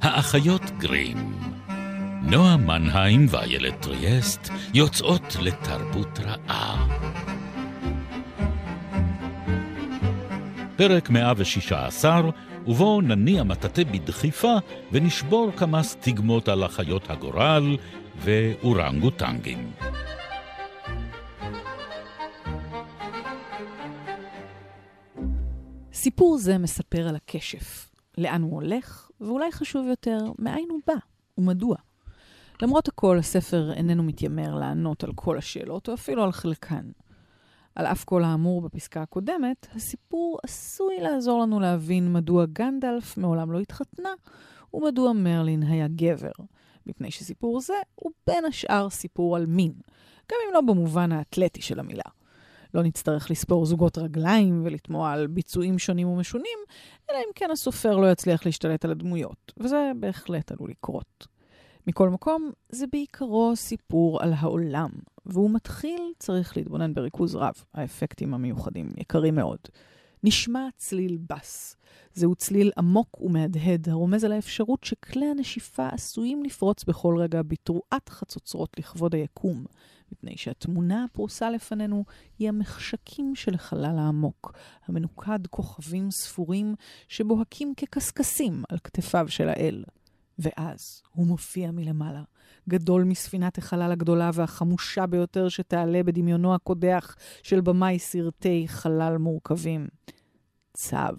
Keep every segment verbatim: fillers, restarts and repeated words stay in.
האחיות גרים. נועה מנהיים ואיילת טריאסט יוצאות לתרבות רעה. פרק מאה ושישה עשר, ובו נניע מטאטא בדחיפה ונשבור כמה סטיגמות על החיות הגורל ואורנגוטנגים. סיפור זה מספר על הקשף, לאן הוא הולך, ואולי חשוב יותר, מאין הוא בא ומדוע. למרות הכל, הספר איננו מתיימר לענות על כל השאלות, או אפילו על חלקן. על אף כל האמור בפסקה הקודמת, הסיפור עשוי לעזור לנו להבין מדוע גנדלף מעולם לא התחתנה, ומדוע מרלין היה גבר, מפני שסיפור זה הוא בין השאר סיפור על מין, גם אם לא במובן האתלטי של המילה. לא נצטרך לספור זוגות רגליים ולתמוע על ביצועים שונים ומשונים, אלא אם כן הסופר לא יצליח להשתלט על הדמויות, וזה בהחלט עלול לקרות. מכל מקום, זה בעיקרו סיפור על העולם, והוא מתחיל, צריך להתבונן בריכוז רב, האפקטים המיוחדים יקרים מאוד. נשמע צליל בס. זהו צליל עמוק ומהדהד, הרומז על האפשרות שכלי הנשיפה עשויים לפרוץ בכל רגע בתרועת חצוצרות לכבוד היקום, מפני שהתמונה הפרוסה לפנינו היא המחשקים של החלל העמוק, המנוקד כוכבים ספורים שבוהקים כקסקסים על כתפיו של האל. ואז הוא מופיע מלמעלה, גדול מספינת החלל הגדולה והחמושה ביותר שתעלה בדמיונו הקודח של במאי סרטי חלל מורכבים. צב.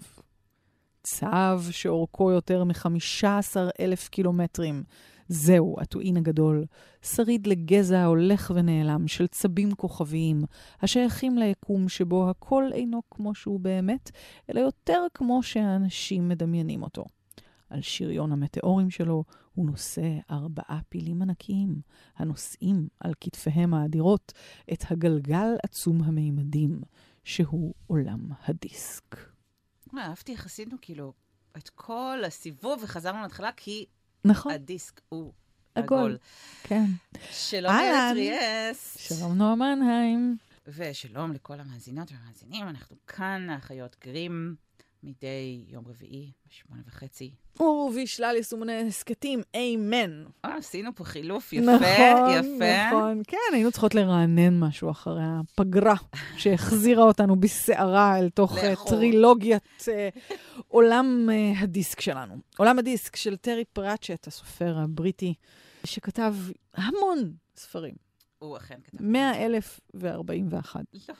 צב שאורכו יותר מ-חמישה עשר אלף קילומטרים. זהו הטועין הגדול, שריד לגזע הולך ונעלם של צבים כוכביים, השייכים ליקום שבו הכל אינו כמו שהוא באמת, אלא יותר כמו שהאנשים מדמיינים אותו. על שריון המטאורים שלו הוא נושא ארבעה פילים ענקיים, הנושאים על כתפיהם האדירות את הגלגל עצום המימדים, שהוא עולם הדיסק. אהבתי, עשינו כאילו את כל הסיבוב וחזרנו להתחלה, כי נכון. הדיסק הוא עגול. עגול. כן. שלום איילת טריאסט. שלום נועה מנהיים. ושלום לכל המאזינות והמאזינים. אנחנו כאן, האחיות גרים, מדי יום רביעי, בשמונה וחצי. ובשלל יישומוני הסקטים, איימן. אה, עשינו פה חילוף יפה, נכון, יפה. נכון, כן, היינו צריכות לרענן משהו אחרי הפגרה, שהחזירה אותנו בסערה אל תוך לאחור. טרילוגיית uh, עולם uh, הדיסק שלנו. עולם הדיסק של טרי פראצ'ט, הסופר הבריטי, שכתב המון ספרים. הוא אכן כתב. מאה אלף וארבעים ואחת. לא.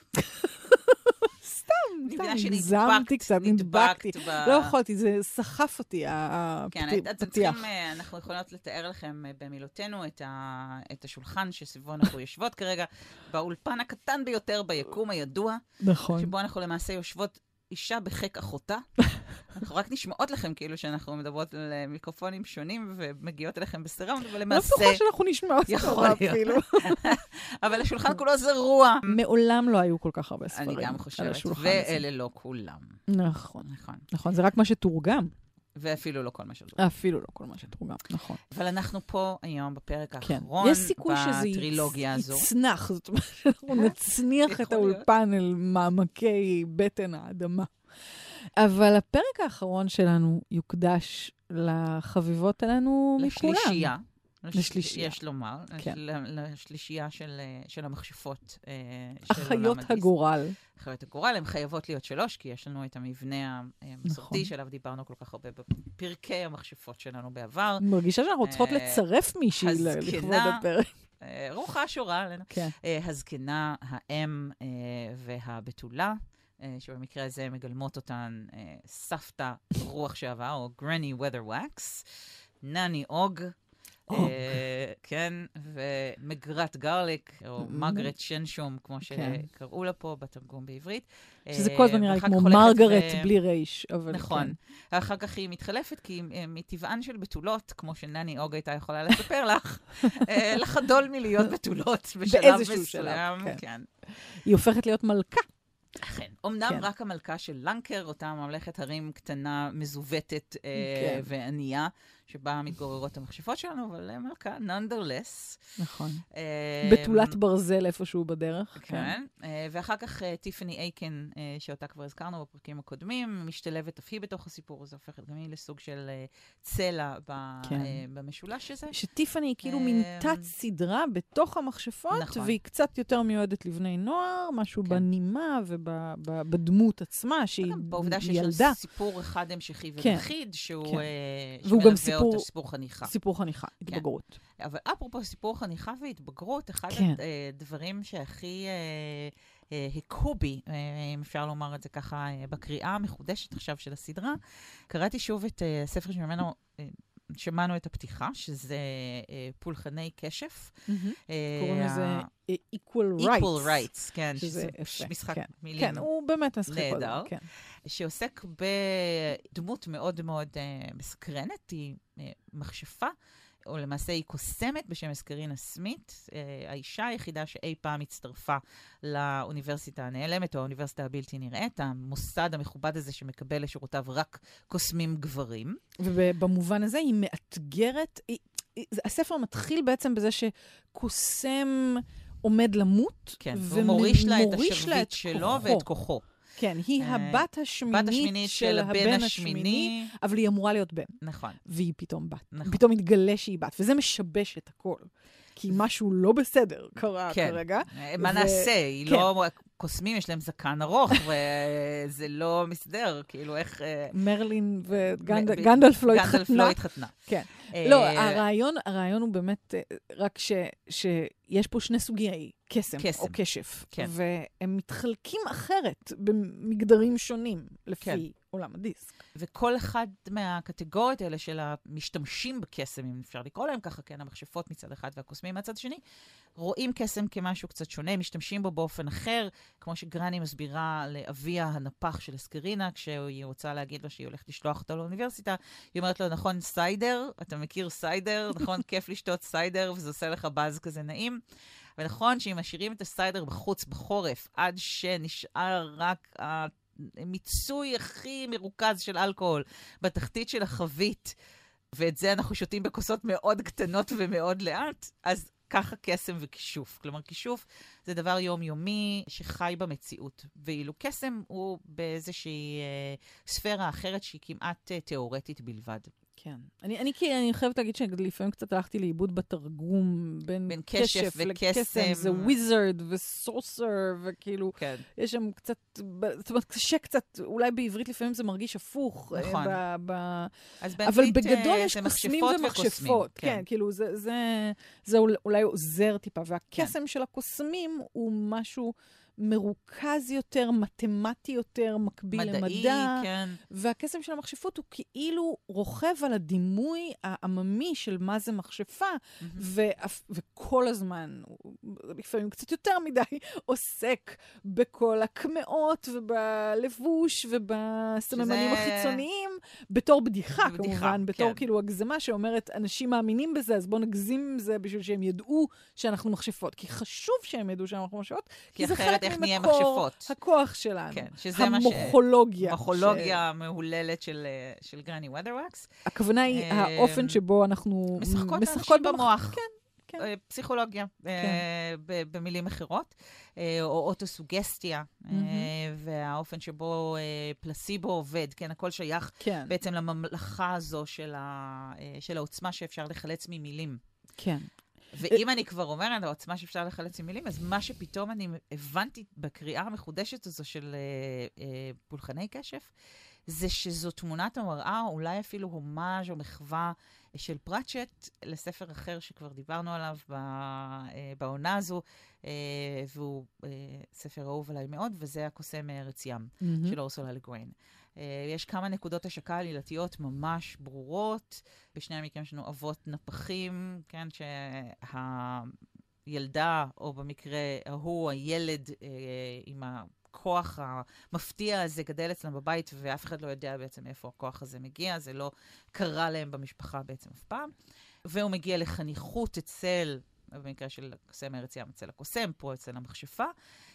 סתם, נגזמתי קצת, נדבקתי. לא יכולתי, זה סחף אותי, הפתיח. אנחנו יכולות לתאר לכם במילותינו את השולחן שסביבו אנחנו יושבות כרגע, באולפן הקטן ביותר ביקום הידוע, שבו אנחנו למעשה יושבות אישה בחק אחותה. אנחנו רק נשמעות לכם כאילו שאנחנו מדברות על מיקרופונים שונים ומגיעות אליכם בסירם, אבל למעשה... לא בטוחה שאנחנו נשמעות סבבה אפילו. אבל השולחן כולו זרוע. מעולם לא היו כל כך הרבה ספרים. אני גם חושבת, ואלה לא כולם. נכון, נכון. זה רק מה שתורגם. ואפילו לא כל מה שתורגם. אפילו לא כל מה שתורגם, נכון. אבל אנחנו פה היום בפרק האחרון, יש סיכוי שזה יצנח, זאת אומרת שאנחנו נצניח את האולפן אל מעמקי בטן האדמה. אבל הפרק האחרון שלנו יוקדש לחביבות עלינו מכולם. לשלישייה. לשלישייה. יש לומר. כן. לשלישייה של, של המכשפות אחיות הגורל. אחיות הגורל, הן חייבות להיות שלוש, כי יש לנו את המבנה המסורתי נכון. שלו דיברנו כל כך הרבה בפרקי המכשפות שלנו בעבר. מרגישה שאנחנו צריכות לצרף מישהי לכבוד הפרק. רוחה שורה עלינו. כן. הזקנה, האם והבתולה. שבמקרה הזה מגלמות אותן סבתא רוח שעבר, או גרני וודר וואקס, נני אוג, כן, ומגרת גרליק, או מרגרט שנשום, כמו שקראו לה פה בתרגום בעברית. שזה כל הזמן נראה לי כמו מרגרט בלי רייש. נכון. ואחר כך היא מתחלפת, כי מטבען של בתולות, כמו שנני אוג הייתה יכולה לספר לך, לחדול מלהיות בתולות בשלב מסוים. היא הופכת להיות מלכה. אכן. אמנם כן. רק המלכה של לנקר, אותה ממלכת הרים קטנה, מזוותת אה, כן. וענייה, שבה מתגוררות המכשפות שלנו, אבל מלכה, nonetheless. נכון. אה, בתולת ברזל איפשהו בדרך. כן. כן. אה, ואחר כך אה, טיפני אייקן, אה, שאותה כבר הזכרנו בפרקים הקודמים, משתלבת אף היא בתוך הסיפור הזה, הופכת גם היא לסוג של אה, צלע ב, כן. אה, במשולש הזה. שטיפני היא כאילו אה, מין תת סדרה בתוך המכשפות, נכון. והיא קצת יותר מיועדת לבני נוער, משהו כן. בנימה ובדמות עצמה, שהיא ילדה. בעובדה שיש סיפור אחד המשכי ויחיד, כן. שהוא כן. אה, והוא גם סיפור... סיפור חניכה. סיפור חניכה, התבגרות. כן. אבל אפרופו סיפור חניכה והתבגרות, אחד כן. הדברים שהכי אה, אה, הכו בי, אה, אם אפשר לומר את זה ככה, אה, בקריאה המחודשת עכשיו של הסדרה, קראתי שוב את אה, הספר שממנו אה, שמענו את הפתיחה, שזה אה, פולחני קשף. Mm-hmm. אה, קוראים לזה equal rights. equal rights, כן. שזה שזה משחק כן. מילים. כן, הוא באמת משחק נהדר. כן. שעוסק בדמות מאוד מאוד uh, מסקרנת, היא uh, מכשפה, או למעשה היא קוסמת בשם אסקרינה סמית, uh, האישה היחידה שאי פעם הצטרפה לאוניברסיטה הנעלמת, או האוניברסיטה הבלתי נראית, המוסד המכובד הזה שמקבל לשורותיו רק קוסמים גברים. ובמובן הזה היא מאתגרת, היא, היא, הספר מתחיל בעצם בזה שקוסם עומד למות, כן, והוא מוריש לה את השרביט שלו ואת כוחו. כן, היא הבת השמינית, השמינית של, של הבן השמיני, השמיני, אבל היא אמורה להיות בן. נכון. והיא פתאום בת. נכון. פתאום מתגלה שהיא בת, וזה משבש את הכל. כי משהו לא בסדר קרה כן. כרגע. מה ו... נעשה? היא כן. לא... קוסמים, יש להם זקן ארוך, וזה לא מסדר, כאילו איך... מרלין וגנדלף לא התחתנה. גנדלף לא התחתנה. כן. לא, הרעיון, הרעיון הוא באמת רק ש, שיש פה שני סוגי קסם, קסם. או קשף, כן. והם מתחלקים אחרת במגדרים שונים, לפי כן. עולם הדיסק. וכל אחד מהקטגוריות האלה של המשתמשים בקסם, אם אפשר לקרוא להם ככה, כן, המכשפות מצד אחד והקוסמים מצד שני, רואים קסם כמשהו קצת שונה, משתמשים בו באופן אחר, כמו שגרני מסבירה לאביה הנפח של אסקרינה, כשהיא רוצה להגיד לו שהיא הולכת לשלוח אותו לאוניברסיטה, היא אומרת לו, נכון, סיידר, אתה מכיר סיידר, נכון, כיף לשתות סיידר, וזה עושה לך באז כזה נעים. ונכון שאם משאירים את הסיידר בחוץ, בחורף, עד שנשאר רק המיצוי הכי מרוכז של אלכוהול בתחתית של החבית, ואת זה אנחנו שותים בכוסות מאוד קטנות ומאוד לאט, אז ככה קסם וכישוף. כלומר, כישוף זה דבר יומיומי שחי במציאות. ואילו קסם הוא באיזושהי אה, ספירה אחרת שהיא כמעט אה, תיאורטית בלבד. כן. אני, אני, אני חייבת להגיד שלפעמים קצת הלכתי לאיבוד בתרגום בין, בין קשף וקסם. זה וויזרד וסורסר, וכאילו, כן. יש שם קצת, זאת אומרת, קשה קצת, אולי בעברית לפעמים זה מרגיש הפוך. נכון. ב, ב, אז אבל בגדול יש קוסמים ומכשפות. כן. כן, כאילו, זה, זה, זה אולי עוזר טיפה. והקסם כן. של הקוסמים הוא משהו מרוכז יותר, מתמטי יותר, מקביל למדע. מדעי, כן. והקסם של המכשפות הוא כאילו רוכב על הדימוי העממי של מה זה מכשפה, mm-hmm. ו- וכל הזמן, לפעמים קצת יותר מדי, עוסק בכל הקמאות ובלבוש ובסממנים שזה... החיצוניים, בתור בדיחה, בדיחה כמובן, כן. בתור כאילו הגזמה שאומרת, אנשים מאמינים בזה, אז בואו נגזים עם זה בשביל שהם ידעו שאנחנו מכשפות. כי חשוב שהם ידעו שאנחנו מכשפות, כי, כי זה חלק איך נהיה מכשפות. הכוח שלנו. כן, שזה המוחולוגיה. המוחולוגיה המהוללת של, של גרני ודרווקס. הכוונה היא האופן שבו אנחנו משחקות, משחקות במוח. כן, כן. פסיכולוגיה, כן. במילים אחרות, או אוטוסוגסטיה, והאופן שבו פלסיבו עובד, כן, הכל שייך כן. בעצם לממלכה הזו של, ה, של העוצמה שאפשר לחלץ ממילים. כן. ואם אני כבר אומרת, העוצמה שאפשר לחלץ עם מילים, אז מה שפתאום אני הבנתי בקריאה המחודשת הזו של אה, אה, פולחני קשף, זה שזו תמונת המראה, אולי אפילו הומאז' או מחווה של פרצ'ט, לספר אחר שכבר דיברנו עליו ב, אה, בעונה הזו, אה, והוא אה, ספר אהוב עליי מאוד, וזה הקוסם מארץ ים, mm-hmm. של אורסולה לגריין. Uh, יש כמה נקודות השקה עלילתיות ממש ברורות. בשני המקרים שלנו אבות נפחים, כן, שהילדה, או במקרה ההוא, הילד uh, עם הכוח המפתיע הזה גדל אצלם בבית, ואף אחד לא יודע בעצם איפה הכוח הזה מגיע, זה לא קרה להם במשפחה בעצם אף פעם. והוא מגיע לחניכות אצל, במקרה של קוסם ארץ ים, אצל הקוסם, פה אצל המכשפה.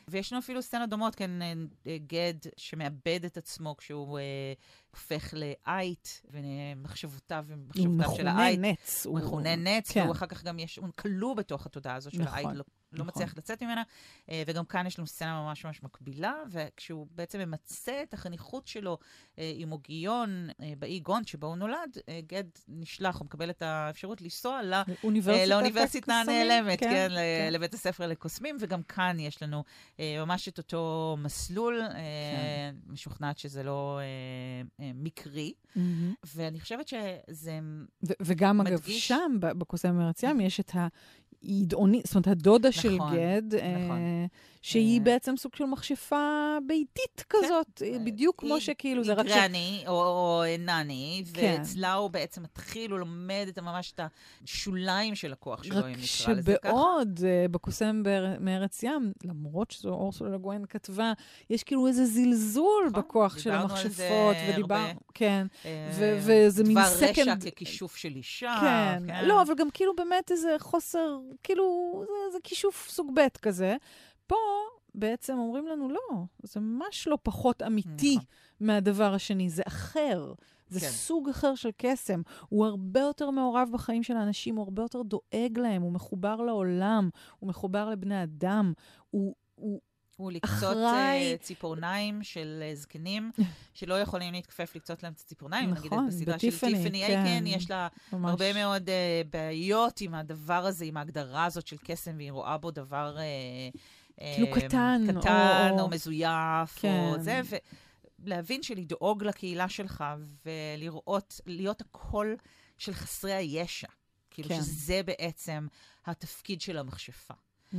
ויש לנו אפילו סצנה דומות, כן, גד שמאבד את עצמו כשהוא אה, הופך לאייט, ומחשבותיו ומחשבותיו של האייט. נץ. הוא מכונה נץ, כן. והוא אחר כך גם יש, הוא כלוא בתוך התודעה הזו של נכון, האייט, לא, לא נכון. מצליח לצאת ממנה, אה, וגם כאן יש לנו סצנה ממש ממש מקבילה, וכשהוא בעצם ממצא את החניכות שלו אה, עם אוגיון אה, באי גונט שבו הוא נולד, אה, גד נשלח, הוא מקבל את האפשרות לנסוע ל... לאוניברסיטה הנעלמת, כן, כן, כן. לבית הספר לקוסמים, וגם כאן יש לנו אה, ממש את אותו מסלול, אה, כן. משוכנעת שזה לא אה, אה, מקרי, mm-hmm. ואני חושבת שזה ו- וגם מדגיש... אגב שם, בקוסם מארץ ים, יש את ה... ידעוני, זאת אומרת, הדודה נכון, של גד, נכון. אה, שהיא אה... בעצם סוג של מכשפה ביתית כזאת, כן. בדיוק היא, כמו שכאילו זה רק ש... היא גרני, או, או נני, כן. ואצלה הוא בעצם מתחיל, הוא לומד את ממש את השוליים של הכוח שלו, אם נקרא לזה ככה. רק שבעוד, בקוסם מארץ ים, למרות שזו אורסולה לה גויין כתבה, יש כאילו איזה זלזול נכון, בכוח של המכשפות, ודיבר... כן, אה, ו- וזה מין סקנד... דבר רשע ככישוף של אישה. כן, כן, לא, אבל גם כאילו באמת איזה חוסר... כאילו, זה, זה כישוף סוג ב' כזה. פה בעצם אומרים לנו, לא, זה ממש לא פחות אמיתי נכון. מהדבר השני, זה אחר. זה כן. סוג אחר של קסם. הוא הרבה יותר מעורב בחיים של האנשים, הוא הרבה יותר דואג להם, הוא מחובר לעולם, הוא מחובר לבני אדם, הוא... הוא הוא לקצות אחרי... ציפורניים של זקנים, שלא יכולים להתכפף לקצות להם ציפורניים. נכון, נגיד בסדרה של טיפני אייקן, יש לה ממש. הרבה מאוד uh, בעיות עם הדבר הזה, עם ההגדרה הזאת של קסם, והיא רואה בו דבר uh, כאילו uh, קטן, קטן או, או, או מזויף, כן. או זה, ולהבין שלדאוג לקהילה שלך, ולראות, להיות הקול של חסרי הישע. כאילו כן. שזה בעצם התפקיד של המכשפה.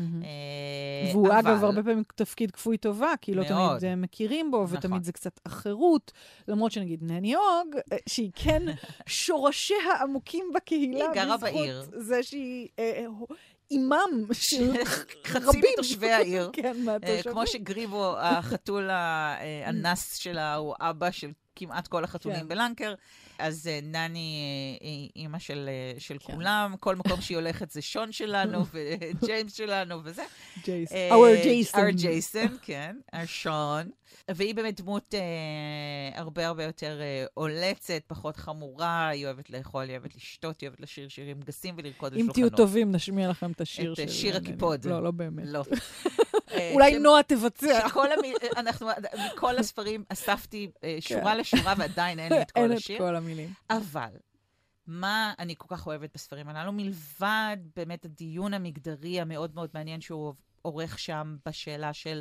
והוא אגב הרבה פעמים תפקיד כפוי טובה, כי לא תמיד מכירים בו, ותמיד זה קצת אחרות, למרות שנגיד נני אוג, שהיא כן שורשיה עמוקים בקהילה, היא גרה בעיר. זה שהיא אימם של חצי מתושבי העיר. כן, מהתושבים. כמו שגריבו, החתול האנס שלה, הוא אבא של כמעט כל החתולים בלנקר, אז נני היא אימא של, של כן. כולם, כל מקום שהיא הולכת זה שון שלנו, וג'יימס שלנו, וזה. ג'ייסון. Our ג'ייסון. Our ג'ייסון, כן. Our שון. והיא באמת דמות אה, הרבה הרבה יותר אה, עולצת, פחות חמורה, היא אוהבת לאכול, היא אוהבת לשתות, היא אוהבת לשיר שירים גסים ולרקוד על שולחנות. אם תהיו טובים, נשמיע לכם את השיר של... את שיר הקיפוד. לא, לא באמת. לא. אולי נועה תבצע. אנחנו, מכל הספרים אספתי שורה לשורה, ועדיין אין לי את כל השיר. אין את כל המילים. אבל, מה אני כל כך אוהבת בספרים הללו, מלבד באמת הדיון המגדרי המאוד מאוד מעניין שהוא עורך שם בשאלה של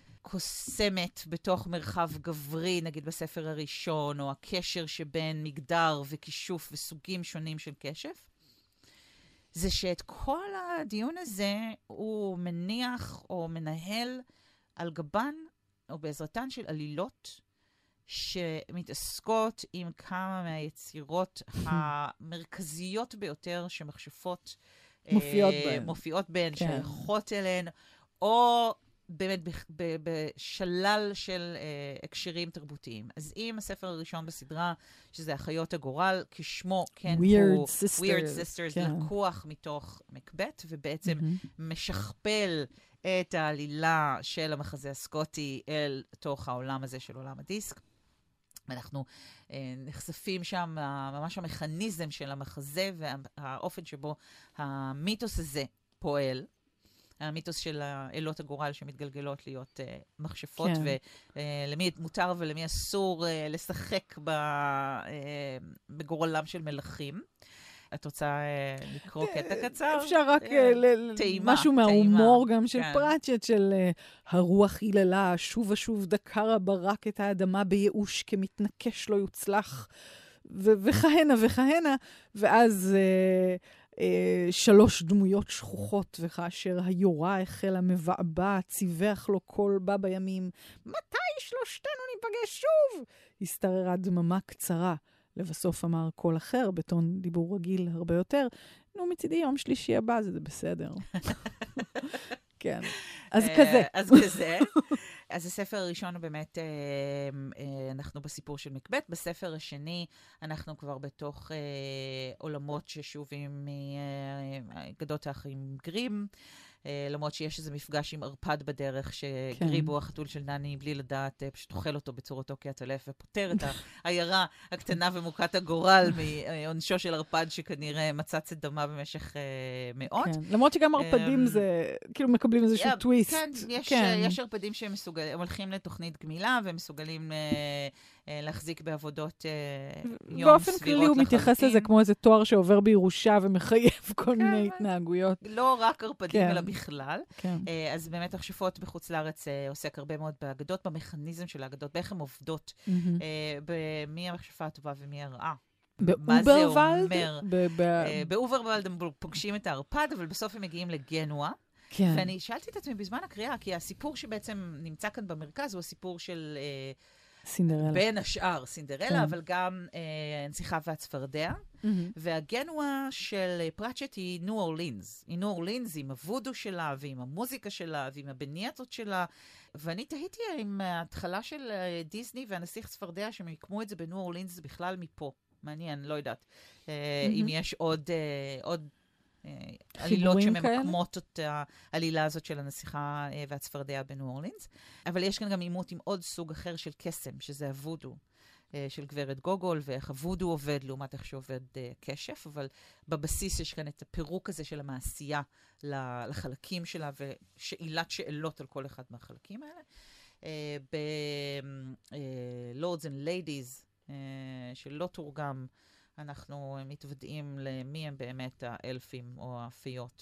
קוסמת בתוך מרחב גברי, נגיד בספר הראשון, או הקשר שבין מגדר וכישוף וסוגים שונים של קשף, זה שאת כל הדיון הזה הוא מניח או מנהל על גבן או בעזרתן של עלילות שמתעסקות עם כמה מהיצירות המרכזיות ביותר שמכשפות מופיעות בהן, מופיעות בהן, שייכות אליהן, או באמת בשלל של הקשרים תרבותיים. אז אם הספר הראשון בסדרה, שזה החיות הגורל, כשמו, כן, הוא Weird Sisters, לקוח מתוך מקבט, ובעצם משכפל את העלילה של המחזה הסקוטי אל תוך העולם הזה של עולם הדיסק. אנחנו נחשפים שם ממש המכניזם של המחזה, והאופן שבו המיתוס הזה פועל, המיתוס של אלות הגורל שמתגלגלות להיות uh, מכשפות, כן. ולמי uh, מותר ולמי אסור uh, לשחק ב, uh, בגורלם של מלכים. את רוצה uh, לקרוא קטע קצר? אפשר רק uh, ל- טעימה, משהו מההומור גם של כן. פרצ'ט, של uh, הרוח היללה, שוב ושוב דקרה ברק את האדמה בייאוש כמתנקש לא יוצלח, ו- וכהנה וכהנה, ואז... Uh, שלוש דמויות שכוחות, וכאשר היורה החלה מבעבע, ציווח לו קול בה בימים, מתי שלושתנו ניפגש שוב? הסתררה דממה קצרה. לבסוף אמר קול אחר, בטון דיבור רגיל הרבה יותר, נו מצידי יום שלישי הבא, זה בסדר. כן. אז כזה. אז כזה. אז הספר הראשון הוא באמת, אנחנו בסיפור של מקבט. בספר השני, אנחנו כבר בתוך עולמות ששובים מגדות האחים גרים. למרות שיש איזה מפגש עם ארפד בדרך, שגריבו, החתול של נני, בלי לדעת, פשוט אוכל אותו בצורתו כעטלף, ופותר את העיירה הקטנה ומוכת הגורל מעונשו של ארפד, שכנראה מצץ את דמה במשך מאות. למרות שגם ארפדים זה, כאילו מקבלים איזשהו טוויסט. כן, יש ארפדים שהם מסוגלים, הם הולכים לתוכנית גמילה, והם מסוגלים להחזיק בעבודות יום סבירות לחלוטין. באופן כללי הוא מתייחס לזה כמו איזה תואר שעובר בירושה ומחייב כל מיני התנהגויות. לא רק ארפדים, אלא בכלל. אז באמת הכשפות בחוץ לארץ עוסק הרבה מאוד באגדות, במכניזם של האגדות, באיך הן עובדות, במי המכשפה הטובה ומי הרעה. באוברוולד? באוברוולד הם פוגשים את הארפד, אבל בסוף הם מגיעים לגנואה. כן. ואני שאלתי את עצמי בזמן הקריאה, כי הסיפור שבעצם נמצא כאן במרכז הוא הסיפור של סינדרלה. בין השאר סינדרלה, כן. אבל גם הנסיכה והצפרדע. Mm-hmm. והגנואה של פרצ'ט היא ניו אורלינס. היא ניו אורלינס עם הוודו שלה, ועם המוזיקה שלה, ועם הבנייתות שלה. ואני תהיתי עם ההתחלה של דיסני והנסיך צפרדע, שהם יקמו את זה בניו אורלינס בכלל מפה. מעניין, לא יודעת. Mm-hmm. אם יש עוד... עוד עלילות שממקמות את העלילה הזאת של הנסיכה והצפרדע בניו אורלינס. אבל יש כאן גם עימות עם עוד סוג אחר של קסם, שזה הוודו של גברת גוגול, ואיך הוודו עובד לעומת איך שעובד קשף, אבל בבסיס יש כאן את הפירוק הזה של המעשייה לחלקים שלה, ושאלת שאלות על כל אחד מהחלקים האלה. ב-Lords and Ladies, שלא תורגם, אנחנו מתוודעים למי הם באמת האלפים או האפיות,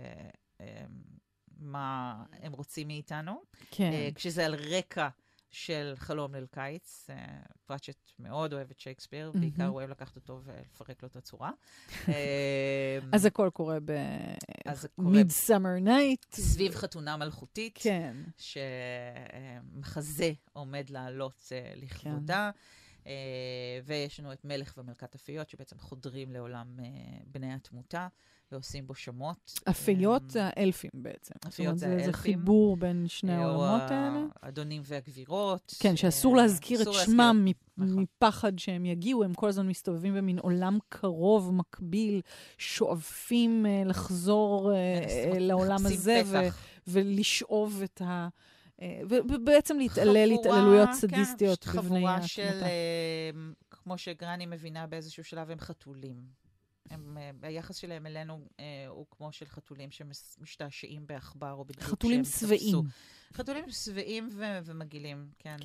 ומה הם רוצים מאיתנו. כן. כשזה על רקע של חלום ליל קיץ, פרצ'ט מאוד אוהב את שייקספיר, בעיקר הוא אוהב לקחת אותו ולפרק לו את הצורה. אז הכל קורה ב-Midsummer Night. סביב חתונה מלכותית, כן. שמחזה עומד לעלות לכבודה. ויש לנו את מלך ומלכת אפיות, שבעצם חודרים לעולם בני התמותה, ועושים בו שמות. אפיות זה האלפים בעצם. אפיות זה האלפים. זה חיבור בין שני העולמות האלה. האדונים והגבירות. כן, שאסור להזכיר את שמם מפחד שהם יגיעו, הם כל הזמן מסתובבים במין עולם קרוב, מקביל, שואפים לחזור לעולם הזה, ולשאוב את ה... ובעצם להתעלל התעללויות סדיסטיות בבני התמותה. חבורה של, כמו שגרני מבינה באיזשהו שלב, הם חתולים. היחס שלהם אלינו הוא כמו של חתולים שמשתעשעים באחבר או בדיוק. חתולים שבעים. חתולים שבעים ומגעילים, כן.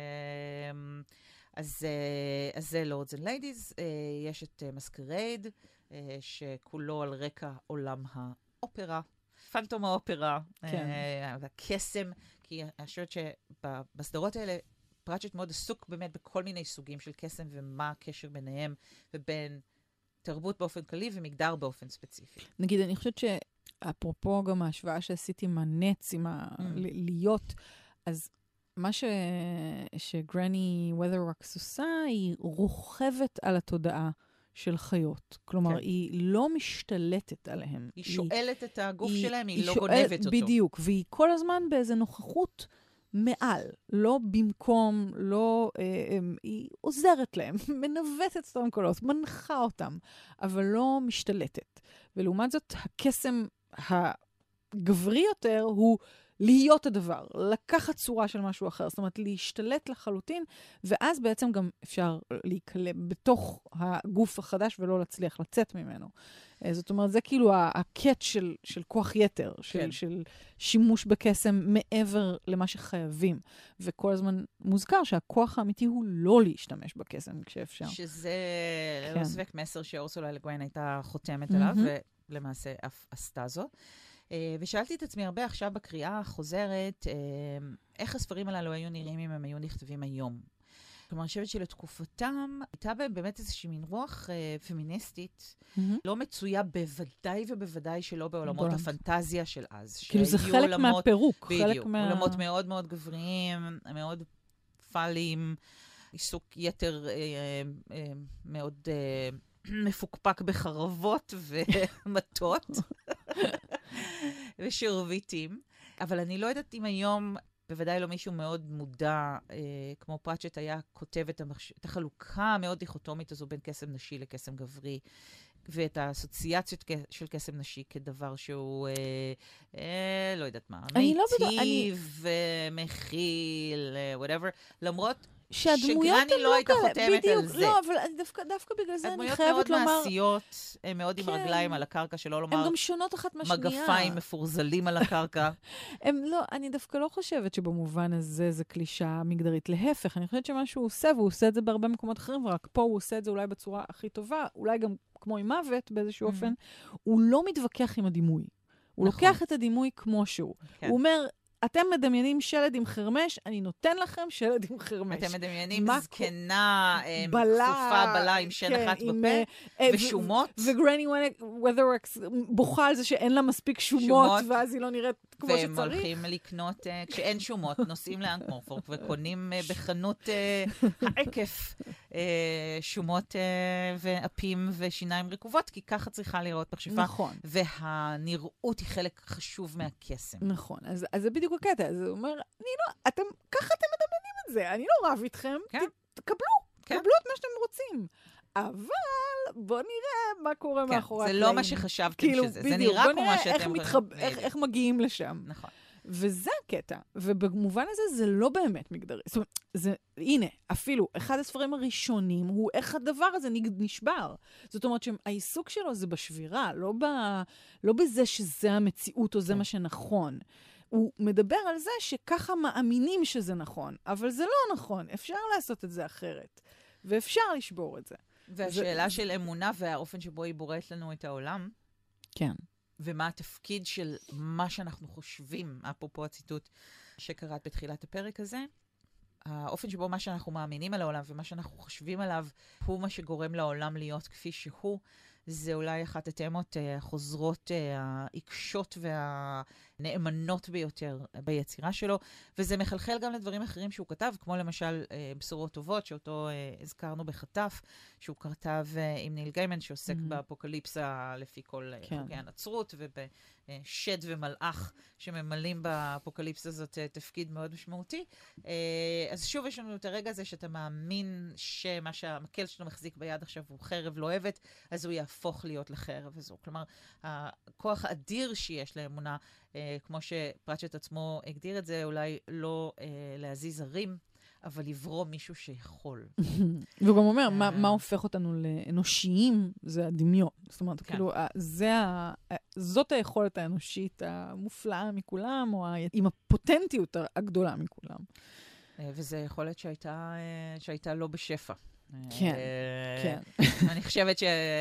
אז זה Lords and Ladies. יש את מסקרייד, שכולו על רקע עולם האופרה. פנטום האופרה, והקסם, כי אני חושבת שבסדרות האלה פרצ'ט מאוד עסוק באמת בכל מיני סוגים של קסם, ומה הקשר ביניהם, ובין תרבות באופן כללי ומגדר באופן ספציפי. נגיד, אני חושבת שאפרופו גם ההשוואה שעשיתי עם הנץ, עם הלהיות, אז מה ש... שגרני ווית'רווקס עושה, היא רוכבת על התודעה של חיות. כלומר, כן. היא לא משתלטת עליהם. היא, היא שואלת את הגוף היא, שלהם, היא, היא לא שואל, גונבת אותו. בדיוק, והיא כל הזמן באיזו נוכחות מעל, לא במקום, לא, אה, אה, היא עוזרת להם, מנווטת אותם קולות, מנחה אותם, אבל לא משתלטת. ולעומת זאת, הקסם הגברי יותר הוא להיות הדבר, לקחת צורה של משהו אחר, זאת אומרת, להשתלט לחלוטין, ואז בעצם גם אפשר להיקלע בתוך הגוף החדש ולא להצליח לצאת ממנו. זאת אומרת, זה כאילו הקט של, של כוח יתר, של, כן. של שימוש בקסם מעבר למה שחייבים. וכל הזמן מוזכר שהכוח האמיתי הוא לא להשתמש בקסם כשאפשר. שזה כן. לא ספק מסר שאורסולה לגוויין הייתה חותמת עליו, ולמעשה אף עשתה זו. ושאלתי את עצמי הרבה עכשיו בקריאה החוזרת, איך הספרים הללו היו נראים אם הם היו נכתבים היום. כלומר, אני חושבת שלתקופתם הייתה בהם באמת איזושהי מין רוח אה, פמיניסטית, mm-hmm. לא מצויה בוודאי ובוודאי שלא בעולמות בולנט. הפנטזיה של אז. כאילו זה חלק עולמות, מהפירוק. בדיוק, חלק מה... עולמות מאוד מאוד גבריים, מאוד פאליים, עיסוק יתר אה, אה, מאוד אה, מפוקפק בחרבות ומטות ושרביטים. אבל אני לא יודעת אם היום... בוודאי לא מישהו מאוד מודע, אה, כמו פרצ'ט היה כותב את, המחש... את החלוקה המאוד דיכוטומית הזו בין קסם נשי לקסם גברי, ואת האסוציאציות של קסם נשי כדבר שהוא, אה, אה, לא יודעת מה, מיטיב, לא מכיל, whatever, למרות שגרני לא הייתה חותמת על זה. לא, אבל דווקא, דווקא בגלל זה אני חייבת לומר... הדמויות מאוד מעשיות, הן מאוד עם רגליים על הקרקע, שלא לומר... הן גם שונות אחת מהשנייה. מגפיים מפורזלים על הקרקע. הם לא, אני דווקא לא חושבת שבמובן הזה זה קלישה מגדרית. להפך, אני חושבת שמה שהוא עושה, והוא עושה את זה בהרבה מקומות אחרים, ורק פה הוא עושה את זה אולי בצורה הכי טובה, אולי גם כמו עם מוות באיזשהו אופן, הוא לא מתווכח עם הדימוי. הוא לוקח את הדימוי כמו שהוא. הוא אומר... אתם מדמיינים שלד עם חרמש, אני נותן לכם שלד עם חרמש. אתם מדמיינים זקנה, כפופה בלה עם שן אחת בפה, ושומות. וגרני ווות'רווקס בוכה על זה שאין לה מספיק שומות, ואז היא לא נראית כמו שצריך. והם הולכים לקנות, כשאין שומות, נוסעים לאנקמורפורק, וקונים בחנות העקף שומות ואפים ושיניים רקובות, כי ככה צריכה לראות מכשפה. נכון. והנראות היא חלק חשוב מהקסם. נכון. אז זה בדיוק הקטע. אז הוא אומר, אני לא, אתם, ככה אתם מדמיינים את זה. אני לא רב איתכם. תקבלו. קבלו את מה שאתם רוצים. אבל בוא נראה מה קורה מאחורי הקלעים. זה לא מה שחשבתם שזה. זה נראה כמו מה שאתם... איך מגיעים לשם. נכון. וזה הקטע. ובמובן הזה זה לא באמת מגדרי. זאת אומרת, זה, הנה, אפילו, אחד הספרים הראשונים הוא איך הדבר הזה נשבר. זאת אומרת שהעיסוק שלו זה בשבירה, לא, ב, לא בזה שזה המציאות או זה מה שנכון. הוא מדבר על זה שככה מאמינים שזה נכון, אבל זה לא נכון. אפשר לעשות את זה אחרת. ואפשר לשבור את זה. והשאלה זה... של אמונה והאופן שבו היא בוראת לנו את העולם. כן. ומה התפקיד של מה שאנחנו חושבים, אפרופו הציטוט שקראת בתחילת הפרק הזה, האופן שבו מה שאנחנו מאמינים על העולם ומה שאנחנו חושבים עליו, הוא מה שגורם לעולם להיות כפי שהוא. זה אולי אחת התאמות החוזרות, העיקשות והנאמנות ביותר ביצירה שלו, וזה מחלחל גם לדברים אחרים שהוא כתב, כמו למשל בשורות טובות, שאותו הזכרנו בחטף, שהוא כתב עם ניל גיימן, שעוסק mm-hmm. באפוקליפסה לפי כל כן. חוקי הנצרות, ובשד ומלאך שממלאים באפוקליפסה הזאת תפקיד מאוד משמעותי. אז שוב יש לנו את הרגע הזה שאתה מאמין שמה שהמקל שלו מחזיק ביד עכשיו הוא חרב לא אוהבת, אז הוא יהפוך להיות לחרב הזו. כלומר, הכוח האדיר שיש לאמונה, אה, כמו שפרצ'ט עצמו הגדיר את זה, אולי לא אה, להזיז הרים, אבל לברוא מישהו שיכול. והוא גם אומר, מה, מה הופך אותנו לאנושיים? זה הדמיון. זאת אומרת, כן. כאילו, זה ה, זאת היכולת האנושית המופלאה מכולם, או עם הפוטנטיות הגדולה מכולם. וזו יכולת שהייתה, שהייתה לא בשפע. כן, כן. אני חושבת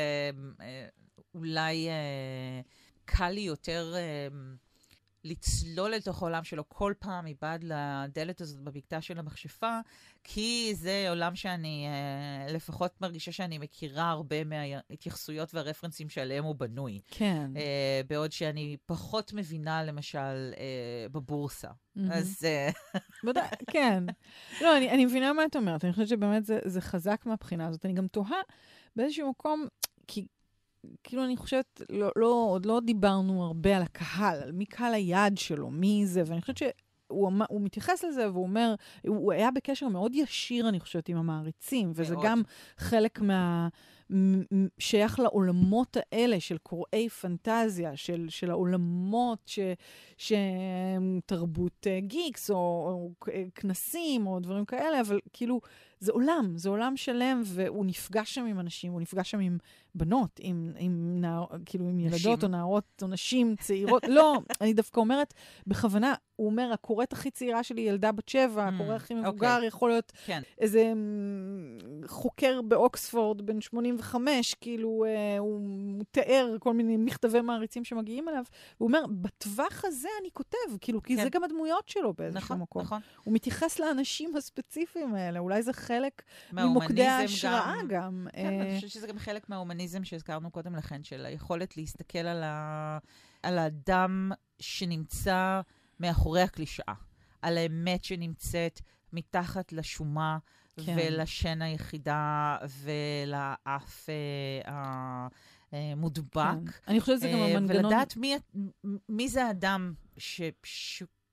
שאולי קל לי יותר לצלול לתוך העולם שלו כל פעם מבעד לדלת הזאת בבקתה של המכשפה, כי זה עולם שאני לפחות מרגישה שאני מכירה הרבה מההתייחסויות והרפרנסים שעליהם הוא בנוי. כן. בעוד שאני פחות מבינה למשל בבורסה. אז... כן. לא, אני, אני מבינה מה את אומרת. אני חושבת שבאמת זה, זה חזק מהבחינה הזאת. אני גם תוהה באיזשהו מקום, כי כאילו אני חושבת, לא, לא, עוד לא דיברנו הרבה על הקהל, על מי קהל היעד שלו, מי זה, ואני חושבת שהוא הוא מתייחס לזה והוא אומר, הוא היה בקשר מאוד ישיר, אני חושבת, עם המעריצים, וזה מאוד. גם חלק מה... שייך לעולמות האלה של קוראי פנטזיה, של, של העולמות ש, שתרבות גיקס או, או כנסים או דברים כאלה, אבל כאילו זה עולם, זה עולם שלם, והוא נפגש שם עם אנשים, הוא נפגש שם עם בנות, עם, עם, נער, כאילו עם ילדות נשים. או נערות או נשים צעירות. לא, אני דווקא אומרת, בכוונה, הוא אומר, הקוראת הכי צעירה שלי ילדה בת שבע, mm, הקורא הכי מבוגר okay. יכול להיות כן. איזה חוקר באוקספורד בן שמונים וחמש, כאילו אה, הוא תיאר כל מיני מכתבי מעריצים שמגיעים אליו, והוא אומר, בטווח הזה אני כותב, כאילו, כי כן. זה גם הדמויות שלו באיזשהו נכון, מקום. נכון. הוא מתייחס לאנשים הספציפיים האלה, אולי זה חלק ממוקדי ההשראה גם. גם. כן, אני חושבת שזה גם חלק מההומניזם שהזכרנו קודם לכן, של היכולת להסתכל על, ה... על האדם שנמצא מאחורי הקלישאה, על האמת שנמצאת מתחת לשומה כן. ולשן היחידה ולאף אה, המודבק. כן. אני חושבת שזה גם המנגנון... ולדעת מי, מי זה האדם ש... ש...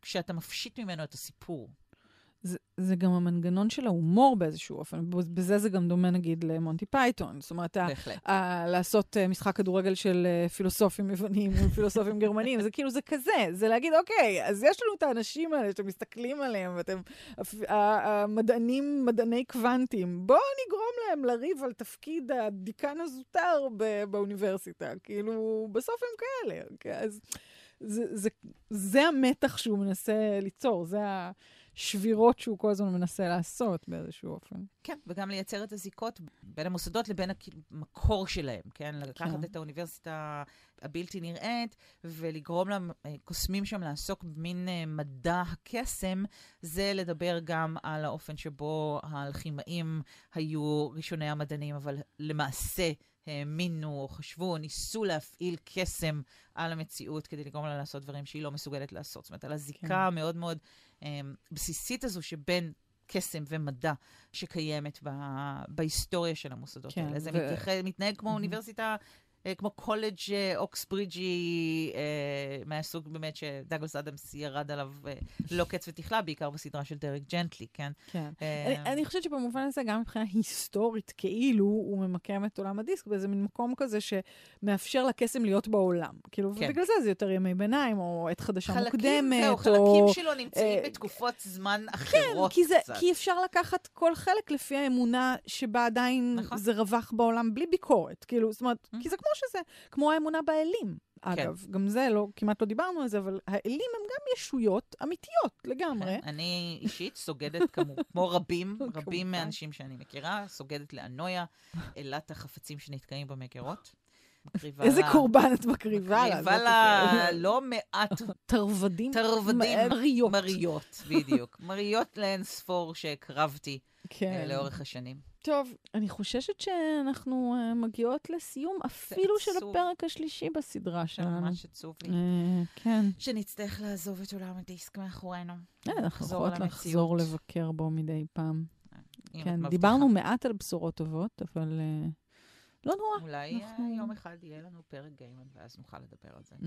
כשאתה מפשיט ממנו את הסיפור. זה, זה גם המנגנון של ההומור באיזשהו אופן. בזה זה גם דומה, נגיד, למונטי פייתון. זאת אומרת, ה, ה, לעשות uh, משחק כדורגל של uh, פילוסופים יוונים ופילוסופים גרמנים, זה כאילו, זה כזה. זה להגיד, אוקיי, אז יש לנו את האנשים האלה שאתם מסתכלים עליהם, ואתם, המדענים, מדעני קוונטים, בואו נגרום להם לריב על תפקיד הדיקן הזוטר באוניברסיטה. כאילו, בסוף הם כאלה. Okay? אז זה, זה, זה המתח שהוא מנסה ליצור. זה ה... שבירות שהוא כל הזמן מנסה לעשות באיזשהו אופן. כן, וגם לייצר את הזיקות בין המוסדות לבין המקור שלהם, כן? לקחת את האוניברסיטה הבלתי נראית, ולגרום לקוסמים שם לעסוק במין מדע הקסם, זה לדבר גם על האופן שבו האלכימאים היו ראשוני המדענים, אבל למעשה האמינו או חשבו, ניסו להפעיל קסם על המציאות כדי לגרום לה לעשות דברים שהיא לא מסוגלת לעשות. זאת אומרת, על הזיקה המאוד מאוד בסיסית הזו שבין קסם ומדע שקיימת בהיסטוריה של המוסדות האלה. זה מתנהג כמו אוניברסיטה, כמו קולג' אוקסברידג'י, מהסוג באמת שדאגלס אדמס ירד עליו לא קץ ותכלה, בעיקר בסדרה של דרק ג'נטלי, כן? כן. אני חושבת שבמובן הזה, גם מבחינה היסטורית, כאילו הוא ממקם את עולם הדיסק, באיזה מין מקום כזה שמאפשר לקסם להיות בעולם. כאילו, ובגלל זה זה יותר ימי ביניים, או עת חדשה מוקדמת. זהו, חלקים שלו נמצאים בתקופות זמן אחרות קצת. כי אפשר לקחת כל חלק לפי האמונה שבה עדיין זה רווח בעולם בלי ביקורת. כאילו, זאת אומרת, כי זה כמו שזה, כמו האמונה באלים. אגב, כן. גם זה, לא, כמעט לא דיברנו על זה, אבל האלים הם גם ישויות אמיתיות לגמרי. כן, אני אישית סוגדת כמו, כמו רבים, רבים מהאנשים שאני מכירה, סוגדת לאנויה, אלת החפצים שנתקעים במגירות. איזה לה... קורבן את מקריבה לה. מקריבה לה לא מעט... תרבדים. תרבדים. מריות. מריות, בדיוק. מריות לאין ספור שהקרבתי כן. לאורך השנים. טוב, אני חוששת שאנחנו uh, מגיעות לסיום אפילו של הפרק השלישי בסדרה שלנו. ממש עצוב לי. Uh, כן. שנצטרך לעזוב את עולם הדיסק מאחורינו. Yeah, אנחנו יכולות לחזור לבקר בו מדי פעם. כן, דיברנו מעט על בשורות טובות, אבל uh, לא נורא. אולי אנחנו... יום אחד יהיה לנו פרק גיימן, ואז נוכל לדבר על זה.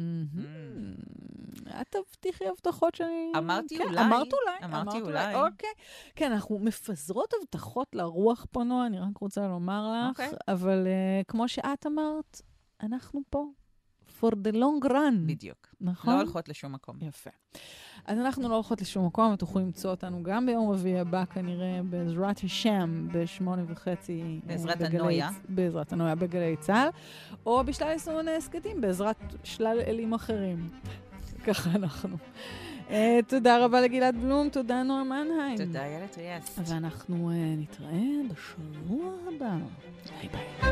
את תבטיחי הבטחות שאני... אמרתי כן, אולי. אמרת אולי. אמרתי אמרת אולי. אוקיי. כן, אנחנו מפזרות הבטחות לרוח פה, נועה, אני רק רוצה לומר לך. אבל uh, כמו שאת אמרת, אנחנו פה. for the long run. בדיוק. נכון? לא הולכות לשום מקום. יפה. אז אנחנו לא הולכות לשום מקום, אתם יכולים למצוא אותנו גם ביום רביעי הבא, כנראה בעזרת השם, בשמונה וחצי. בעזרת הנויה. בעזרת הנויה בגלי צהל, או בשלל יישומון העסקתים, בעזרת שלל אלים אחרים. ככה אנחנו. תודה רבה לגלעד בלום, תודה נועה מנהיים. תודה ילד ריאס. ואנחנו נתראה בשבוע הבא. ביי ביי.